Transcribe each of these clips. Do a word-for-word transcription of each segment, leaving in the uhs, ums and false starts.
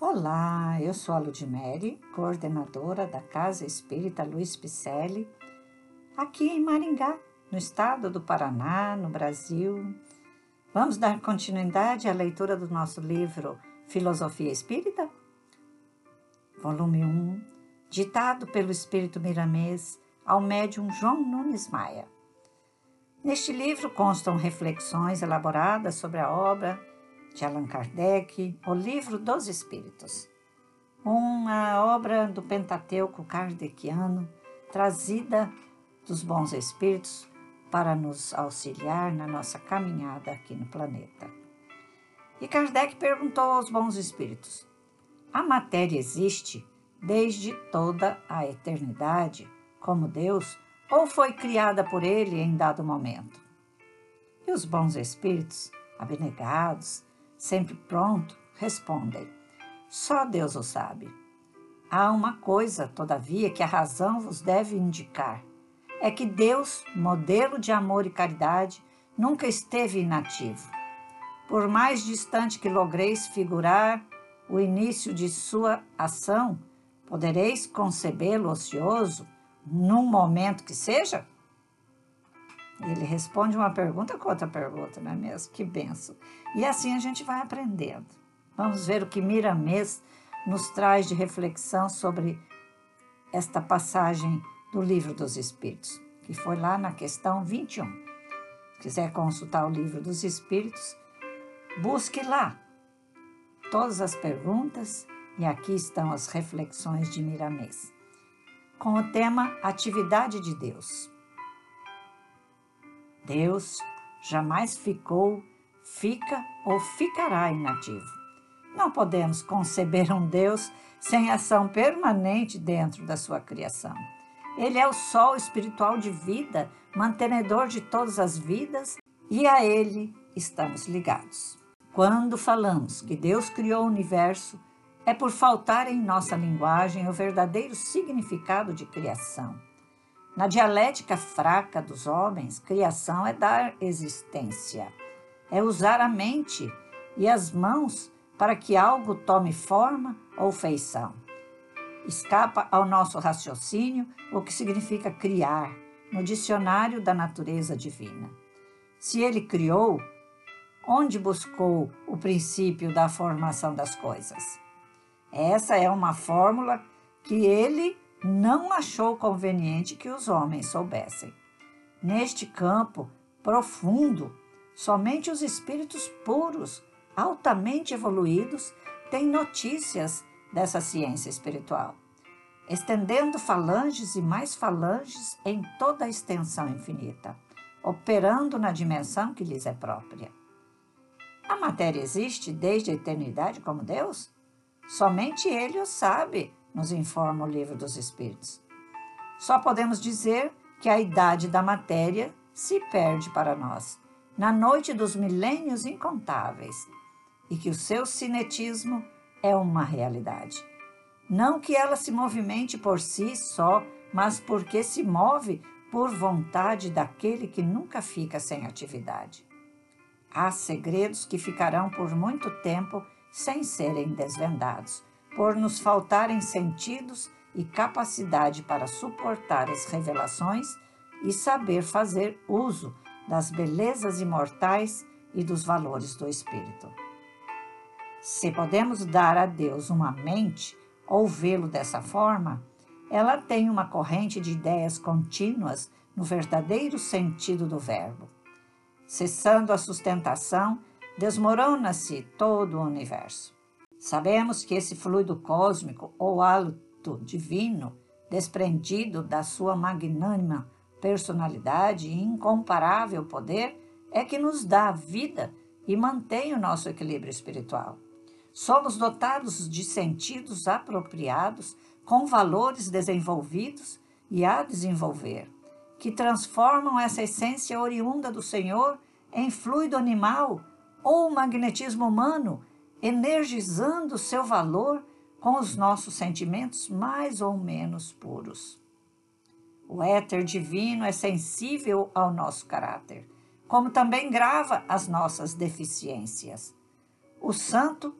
Olá, eu sou a Ludmere, coordenadora da Casa Espírita Luiz Picelli, aqui em Maringá, no estado do Paraná, no Brasil. Vamos dar continuidade à leitura do nosso livro Filosofia Espírita? Volume um, ditado pelo Espírito Miramês ao médium João Nunes Maia. Neste livro constam reflexões elaboradas sobre a obra de Allan Kardec, O Livro dos Espíritos, uma obra do Pentateuco kardeciano, trazida dos bons espíritos para nos auxiliar na nossa caminhada aqui no planeta. E Kardec perguntou aos bons espíritos: a matéria existe desde toda a eternidade, como Deus, ou foi criada por Ele em dado momento? E os bons espíritos, abnegados, sempre pronto, respondem: só Deus o sabe. Há uma coisa, todavia, que a razão vos deve indicar. É que Deus, modelo de amor e caridade, nunca esteve inativo. Por mais distante que logreis figurar o início de sua ação, podereis concebê-lo ocioso num momento que seja? Ele responde uma pergunta com outra pergunta, não é mesmo? Que benção! E assim a gente vai aprendendo. Vamos ver o que Miramês nos traz de reflexão sobre esta passagem do Livro dos Espíritos, que foi lá na questão vinte e um. Se quiser consultar o Livro dos Espíritos, busque lá todas as perguntas e aqui estão as reflexões de Miramês, com o tema Atividade de Deus. Deus jamais ficou, fica ou ficará inativo. Não podemos conceber um Deus sem ação permanente dentro da sua criação. Ele é o sol espiritual de vida, mantenedor de todas as vidas, e a ele estamos ligados. Quando falamos que Deus criou o universo, é por faltar em nossa linguagem o verdadeiro significado de criação. Na dialética fraca dos homens, criação é dar existência, é usar a mente e as mãos para que algo tome forma ou feição. Escapa ao nosso raciocínio o que significa criar, no dicionário da natureza divina. Se ele criou, onde buscou o princípio da formação das coisas? Essa é uma fórmula que ele não achou conveniente que os homens soubessem. Neste campo profundo, somente os espíritos puros, altamente evoluídos, têm notícias dessa ciência espiritual, estendendo falanges e mais falanges em toda a extensão infinita, operando na dimensão que lhes é própria. A matéria existe desde a eternidade como Deus? Somente Ele o sabe, nos informa o Livro dos Espíritos. Só podemos dizer que a idade da matéria se perde para nós, na noite dos milênios incontáveis, e que o seu cinetismo é uma realidade. Não que ela se movimente por si só, mas porque se move por vontade daquele que nunca fica sem atividade. Há segredos que ficarão por muito tempo sem serem desvendados, por nos faltarem sentidos e capacidade para suportar as revelações e saber fazer uso das belezas imortais e dos valores do espírito. Se podemos dar a Deus uma mente ou vê-lo dessa forma, ela tem uma corrente de ideias contínuas no verdadeiro sentido do verbo. Cessando a sustentação, desmorona-se todo o universo. Sabemos que esse fluido cósmico ou hálito divino, desprendido da sua magnânima personalidade e incomparável poder, é que nos dá a vida e mantém o nosso equilíbrio espiritual. Somos dotados de sentidos apropriados, com valores desenvolvidos e a desenvolver, que transformam essa essência oriunda do Senhor em fluido animal ou magnetismo humano, energizando seu valor com os nossos sentimentos mais ou menos puros. O éter divino é sensível ao nosso caráter, como também grava as nossas deficiências. O santo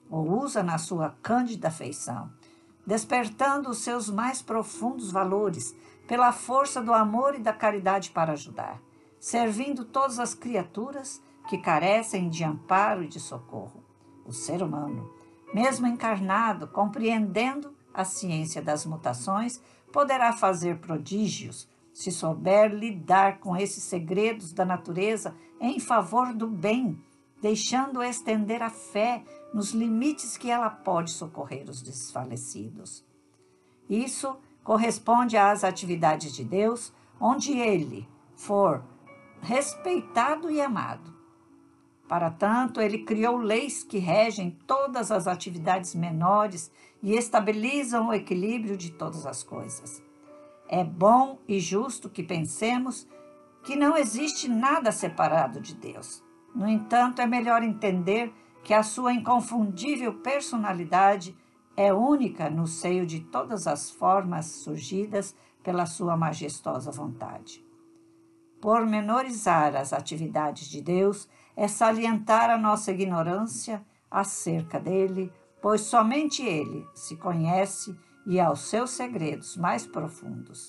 ou usa na sua cândida afeição, despertando os seus mais profundos valores pela força do amor e da caridade para ajudar, servindo todas as criaturas que carecem de amparo e de socorro. O ser humano, mesmo encarnado, compreendendo a ciência das mutações, poderá fazer prodígios se souber lidar com esses segredos da natureza em favor do bem, deixando estender a fé nos limites que ela pode socorrer os desfalecidos. Isso corresponde às atividades de Deus, onde Ele for respeitado e amado. Para tanto, Ele criou leis que regem todas as atividades menores e estabilizam o equilíbrio de todas as coisas. É bom e justo que pensemos que não existe nada separado de Deus. No entanto, é melhor entender que a sua inconfundível personalidade é única no seio de todas as formas surgidas pela sua majestosa vontade. Pormenorizar as atividades de Deus é salientar a nossa ignorância acerca dele, pois somente ele se conhece e aos seus segredos mais profundos.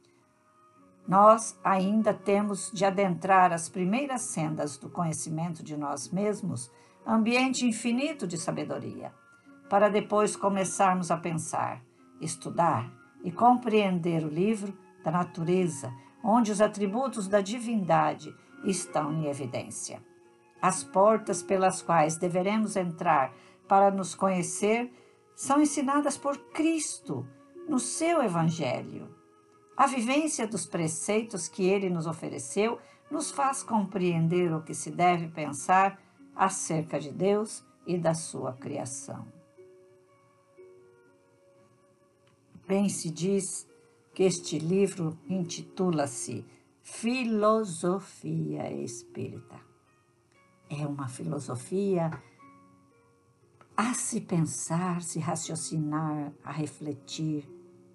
Nós ainda temos de adentrar as primeiras sendas do conhecimento de nós mesmos, ambiente infinito de sabedoria, para depois começarmos a pensar, estudar e compreender o livro da natureza, onde os atributos da divindade estão em evidência. As portas pelas quais deveremos entrar para nos conhecer são ensinadas por Cristo no seu Evangelho. A vivência dos preceitos que ele nos ofereceu nos faz compreender o que se deve pensar acerca de Deus e da sua criação. Bem se diz que este livro intitula-se Filosofia Espírita. É uma filosofia a se pensar, se raciocinar, a refletir,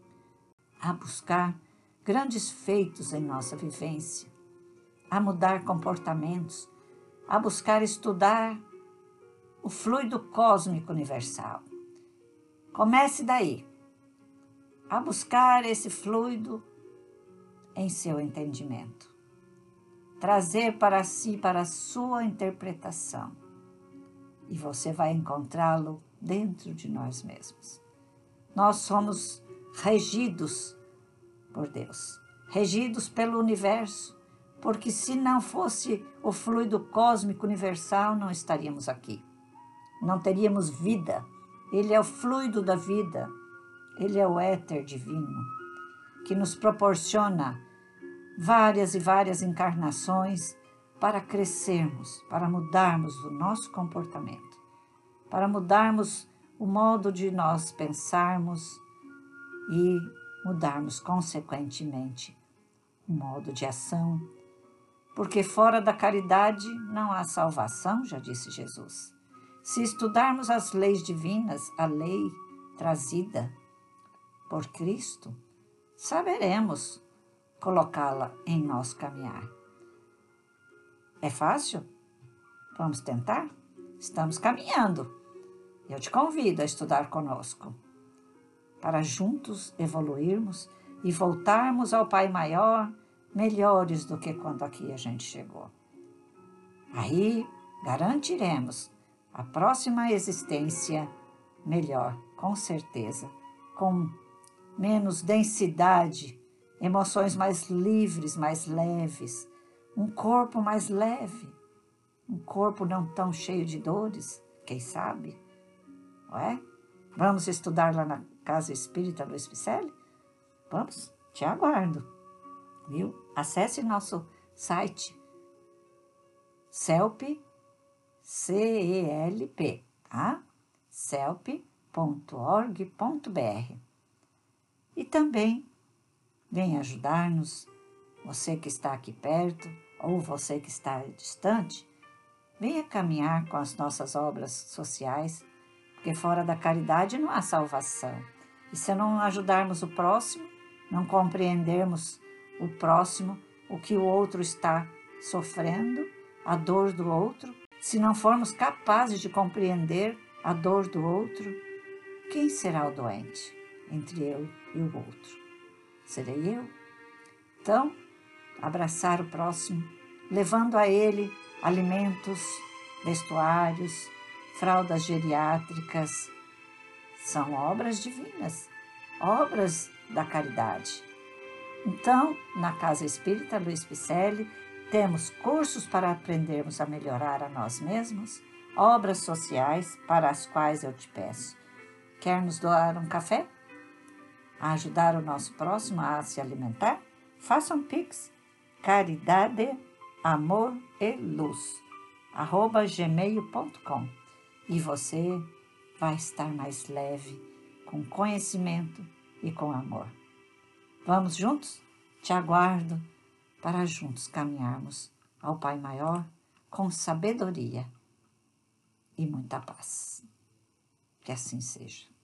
a buscar grandes feitos em nossa vivência, a mudar comportamentos, a buscar estudar o fluido cósmico universal. Comece daí, a buscar esse fluido em seu entendimento, trazer para si, para a sua interpretação, e você vai encontrá-lo dentro de nós mesmos. Nós somos regidos por Deus, regidos pelo universo, porque se não fosse o fluido cósmico universal, não estaríamos aqui. Não teríamos vida. Ele é o fluido da vida. Ele é o éter divino, que nos proporciona várias e várias encarnações para crescermos, para mudarmos o nosso comportamento, para mudarmos o modo de nós pensarmos e mudarmos, consequentemente, o modo de ação, porque fora da caridade não há salvação, já disse Jesus. Se estudarmos as leis divinas, a lei trazida por Cristo, saberemos colocá-la em nosso caminhar. É fácil? Vamos tentar? Estamos caminhando. Eu te convido a estudar conosco, para juntos evoluirmos e voltarmos ao Pai Maior melhores do que quando aqui a gente chegou. Aí garantiremos a próxima existência melhor, com certeza, com menos densidade, emoções mais livres, mais leves, um corpo mais leve, um corpo não tão cheio de dores, quem sabe, não é? Vamos estudar lá na Casa Espírita Luiz Picelli? Vamos? Te aguardo, viu? Acesse nosso site, CELP, C E L P, tá? celp ponto org ponto br. E também vem ajudar-nos, você que está aqui perto ou você que está distante, venha caminhar com as nossas obras sociais, porque fora da caridade não há salvação. E se não ajudarmos o próximo, não compreendermos o próximo, o que o outro está sofrendo, a dor do outro, se não formos capazes de compreender a dor do outro, quem será o doente entre eu e o outro? Serei eu? Então, abraçar o próximo, levando a ele alimentos, vestuários, fraldas geriátricas, são obras divinas, obras da caridade. Então, na Casa Espírita Luiz Picelli, temos cursos para aprendermos a melhorar a nós mesmos, obras sociais para as quais eu te peço. Quer nos doar um café? A ajudar o nosso próximo a se alimentar? Faça um pix, caridade, amor e luz, arroba gmail ponto com, e você vai estar mais leve, com conhecimento e com amor. Vamos juntos? Te aguardo para juntos caminharmos ao Pai Maior com sabedoria e muita paz. Que assim seja.